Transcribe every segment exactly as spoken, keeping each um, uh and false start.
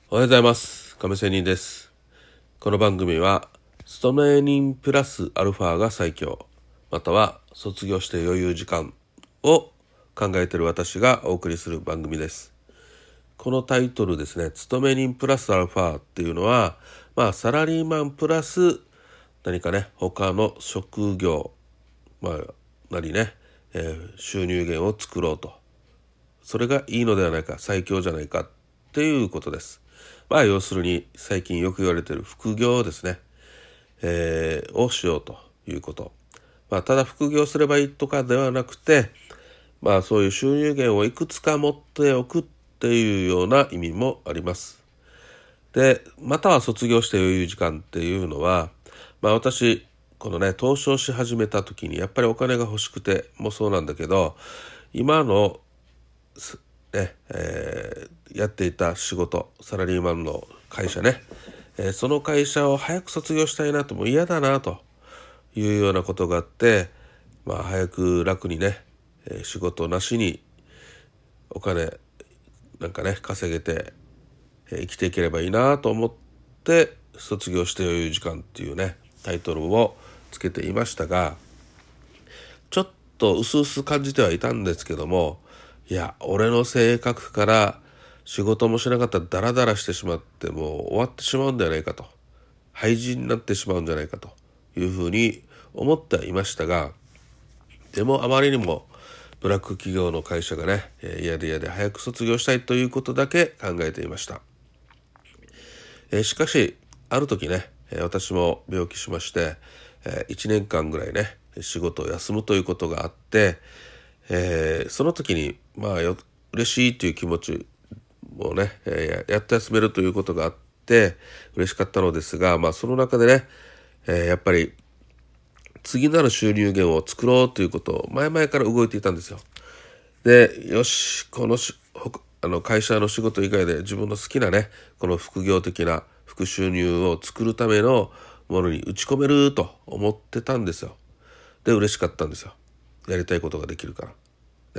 おはようございます。亀仙人です。この番組は勤め人プラスアルファが最強、または卒業して余裕時間を考えている私がお送りする番組です。このタイトルですね、勤め人プラスアルファっていうのは、まあサラリーマンプラス何かね他の職業、まあ何ね、えー収入源を作ろうと、それがいいのではないか、最強じゃないかっていうことです。まあ要するに最近よく言われている副業ですね、えーをしようということ。まあただ副業すればいいとかではなくて、まあそういう収入源をいくつか持っておくっていうような意味もあります。で、または卒業して余裕時間っていうのは、まあ私このね投資をし始めた時にやっぱりお金が欲しくてもそうなんだけど、今のねえーやっていた仕事、サラリーマンの会社ね、えーその会社を早く卒業したいなと、もう嫌だなというようなことがあって、まあ早く楽にね、えー仕事なしにお金なんかね稼げて、えー生きていければいいなと思って卒業して余裕時間っていうねタイトルをつけていましたが、ちょっと薄々感じてはいたんですけども、いや俺の性格から仕事もしなかったらダラダラしてしまって、もう終わってしまうんじゃないかと、廃人になってしまうんじゃないかというふうに思っていましたが、でもあまりにもブラック企業の会社がね、えー嫌で嫌で早く卒業したいということだけ考えていました。えーしかしある時ね、えー私も病気しまして、えーいちねんかんぐらいね仕事を休むということがあって、えーその時にまあよ嬉しいという気持ちもね、えーやっと休めるということがあって嬉しかったのですが、まあその中でね、えーやっぱり次なる収入源を作ろうということを前々から動いていたんですよ。で、よし、このしほあの会社の仕事以外で自分の好きなね、この副業的な副収入を作るためのものに打ち込めると思ってたんですよ。で、嬉しかったんですよ。やりたいことができるから。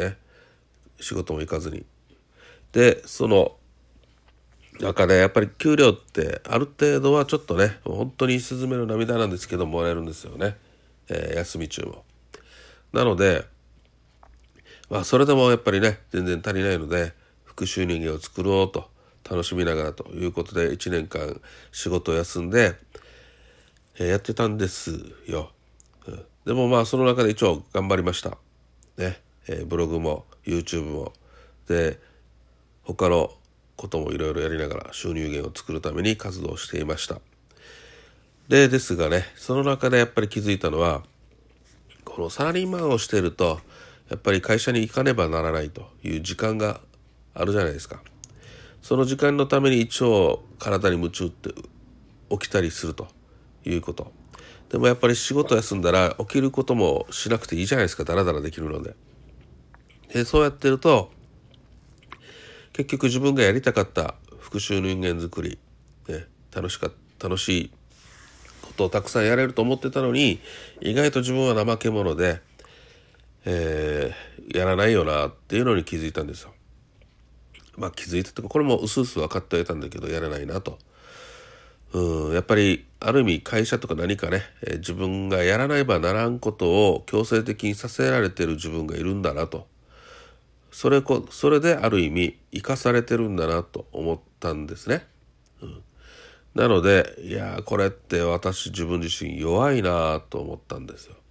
ね。仕事も行かずに。で、その中でやっぱり給料ってある程度はちょっとね、本当にスズメの涙なんですけどもらえるんですよね。えー休み中も。なので、まあそれでもやっぱりね全然足りないので副収入源を作ろうと楽しみながらということでいちねんかん仕事を休んで、えーやってたんですよ、うん、でもまあその中で一応頑張りましたね、えーブログも YouTube もで他のこともいろいろやりながら収入源を作るために活動していました。でですがね、その中でやっぱり気づいたのは、このサラリーマンをしているとやっぱり会社に行かねばならないという時間があるじゃないですか。その時間のために一応体に夢中って起きたりするということ。でもやっぱり仕事休んだら起きることもしなくていいじゃないですか。ダラダラできるので。でそうやってると結局自分がやりたかった復讐人間作り、ね、楽しか楽しいことをたくさんやれると思ってたのに、意外と自分は怠け者で、えーやらないよなっていうのに気づいたんですよ。まあ気づいたとかこれも薄々分かってはいたんだけどやらないなと。うん、やっぱりある意味会社とか何かね、えー自分がやらないばならんことを強制的にさせられている自分がいるんだなと。それこそれである意味生かされてるんだなと思ったんですね。なのでいやこれって私自分自身弱いなと思ったんですよ。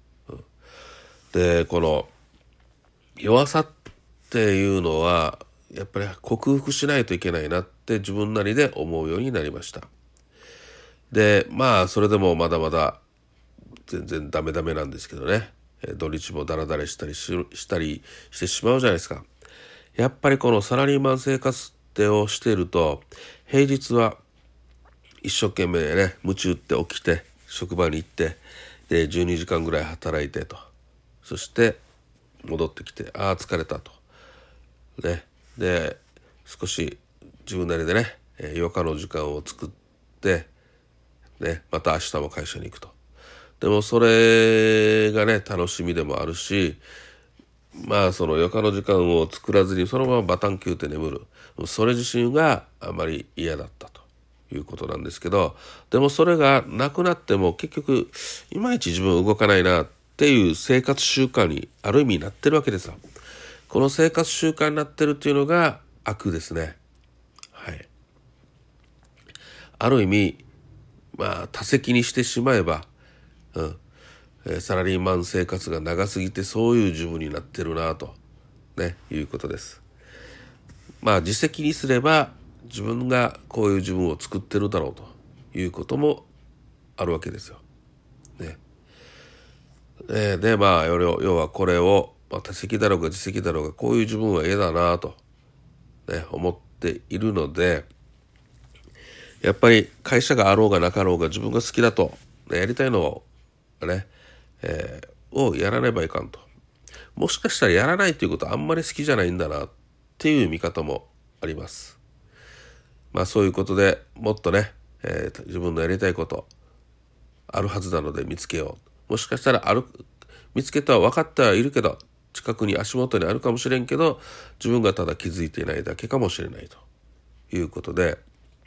でこの弱さっていうのはやっぱり克服しないといけないなって自分なりで思うようになりました。でまあそれでもまだまだ全然ダメダメなんですけどね、え土日もダラダラしたりししたりしてしまうじゃないですか。やっぱりこのサラリーマン生活ってをしていると平日は一生懸命ね夢中って起きて職場に行ってでじゅうにじかんぐらい働いてと、そして戻ってきてああ疲れたとね、で少し自分なりでね、えー余暇の時間を作ってね、また明日も会社に行くと。でもそれがね楽しみでもあるし、 まあその余暇の時間を作らずにそのままバタンキューって眠る、それ自身があまり嫌だったということなんですけど、でもそれがなくなっても結局いまいち自分動かないなっていう生活習慣にある意味なってるわけですよ。この生活習慣になってるっていうのが悪ですね。はい。ある意味まあ多責にしてしまえば、うんサラリーマン生活が長すぎてそういう自分になってるなと、ね、いうことです。まあ自責にすれば自分がこういう自分を作ってるだろうということもあるわけですよ。ね。えー、でまあ要はこれを、まあ、他責だろうが自責だろうがこういう自分は嫌だなと、ね、思っているので、やっぱり会社があろうがなかろうが自分が好きだと、ね、やりたいのをね、えー、をやらねばいかんと。もしかしたらやらないということはあんまり好きじゃないんだなっていう見方もあります。まあそういうことでもっとね、えー、自分のやりたいことあるはずなので見つけよう。もしかしたらある見つけたは分かってはいるけど、近くに足元にあるかもしれんけど自分がただ気づいていないだけかもしれないということで、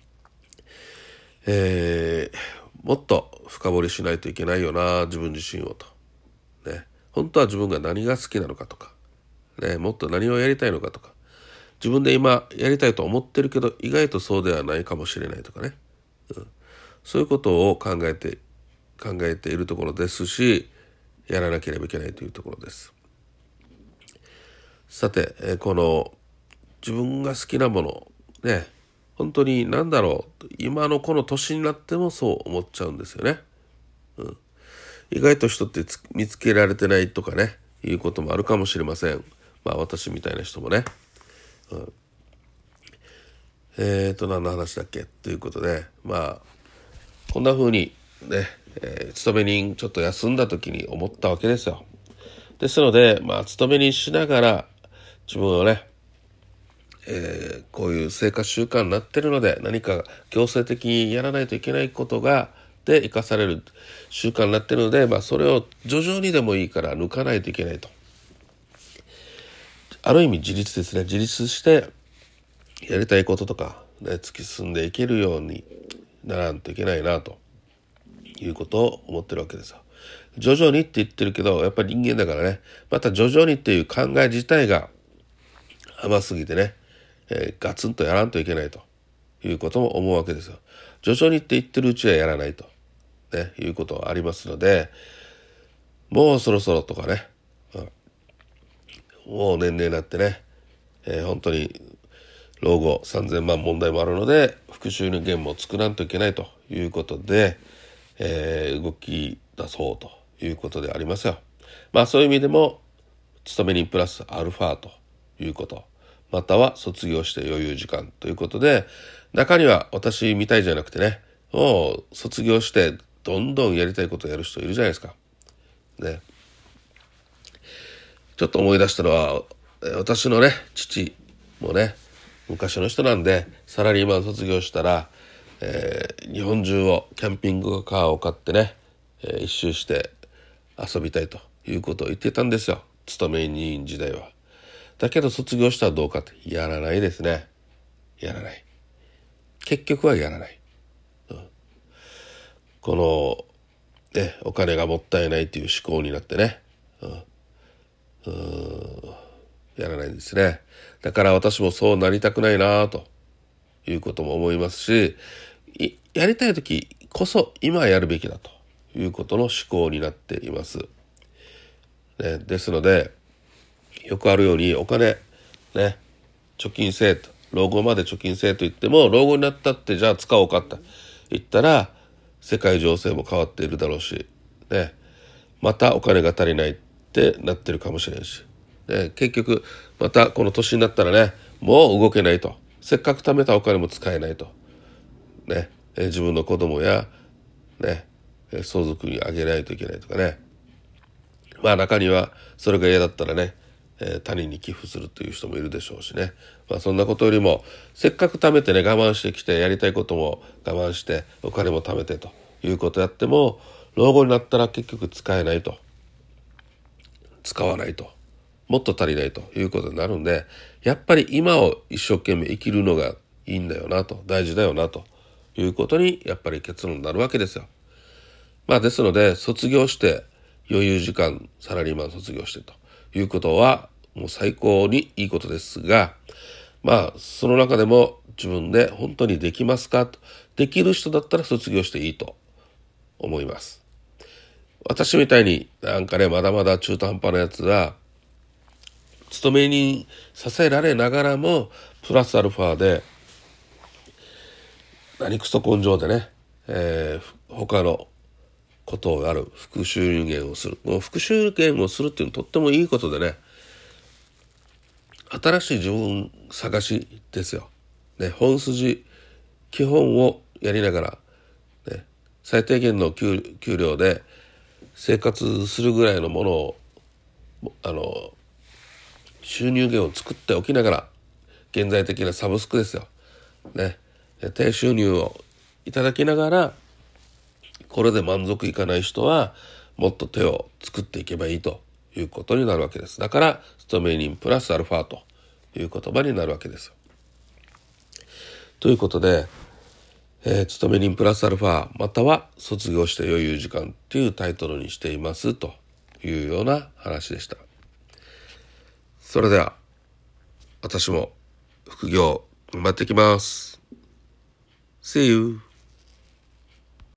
えー、もっと深掘りしないといけないよな自分自身をと、ね、本当は自分が何が好きなのかとか、ね、もっと何をやりたいのかとか、自分で今やりたいと思ってるけど意外とそうではないかもしれないとかね、うん、そういうことを考えて考えているところですし、やらなければいけないというところです。さて、えー、この自分が好きなものね、本当に何だろう、今のこの年になってもそう思っちゃうんですよね、うん、意外と人って見つけられてないとかねいうこともあるかもしれません。まあ私みたいな人もね、うん、えーと何の話だっけということで、まあこんな風にね、えー、勤め人ちょっと休んだ時に思ったわけですよ。ですのでまあ勤め人しながら自分をね、えー、こういう生活習慣になってるので何か強制的にやらないといけないことがで生かされる習慣になってるので、まあ、それを徐々にでもいいから抜かないといけないと。ある意味自立ですね。自立してやりたいこととか、ね、突き進んでいけるようにならんといけないなということを思ってるわけですよ。徐々にって言ってるけどやっぱり人間だからね、また徐々にっていう考え自体が甘すぎてね、えー、ガツンとやらんといけないということも思うわけですよ。徐々にって言ってるうちはやらないと、ね、いうことはありますので、もうそろそろとかね、うん、もう年齢になってね、えー、本当に老後さんぜんまん問題もあるので復習の源も作らんといけないということで、えー、動き出そうということでありますよ。まあそういう意味でも勤め人プラスアルファということ、または卒業して余裕時間ということで、中には私みたいじゃなくてね、もう卒業してどんどんやりたいことをやる人いるじゃないですか。ね、ちょっと思い出したのは私のね父もね昔の人なんで、サラリーマン卒業したら、えー、日本中をキャンピングカーを買ってね、えー、一周して遊びたいということを言ってたんですよ、勤め人時代は。だけど卒業したらどうかって、やらないですね。やらない。結局はやらない、うん、このねお金がもったいないという思考になってね、うん、うーんやらないんですね。だから私もそうなりたくないなということも思いますし、やりたい時こそ今やるべきだということの思考になっています、ね、ですのでよくあるようにお金ね貯金せえと、老後まで貯金せえと言っても老後になったってじゃあ使おうかって言ったら世界情勢も変わっているだろうし、ね、またお金が足りないってなってるかもしれんし、ね、結局またこの年になったらねもう動けないと、せっかく貯めたお金も使えないと、ね、え自分の子供や、ね、相続にあげないといけないとかね、まあ中にはそれが嫌だったらね、えー、他人に寄付するという人もいるでしょうしね、まあ、そんなことよりもせっかく貯めてね我慢してきてやりたいことも我慢してお金も貯めてということやっても老後になったら結局使えないと、使わないともっと足りないということになるんで、やっぱり今を一生懸命生きるのがいいんだよなと、大事だよなということにやっぱり結論になるわけですよ。まあですので、卒業して余裕時間、サラリーマン卒業してということはもう最高にいいことですが、まあその中でも自分で本当にできますかと、できる人だったら卒業していいと思います。私みたいになんかね、まだまだ中途半端なやつは勤めに支えられながらもプラスアルファで何クソ根性でね、えー、他のことをやる、副収入源をする。もう副収入源をするっていうのはとってもいいことでね、新しい自分探しですよ。ね、本筋、基本をやりながら、ね、最低限の 給, 給料で生活するぐらいのものを、あの、収入源を作っておきながら、現在的なサブスクですよ。ね、低収入をいただきながら、これで満足いかない人はもっと手を作っていけばいいということになるわけです。だから勤め人プラスアルファという言葉になるわけですよ。ということで、えー、勤め人プラスアルファまたは卒業して余裕時間というタイトルにしていますというような話でした。それでは私も副業頑張ってきます。See you!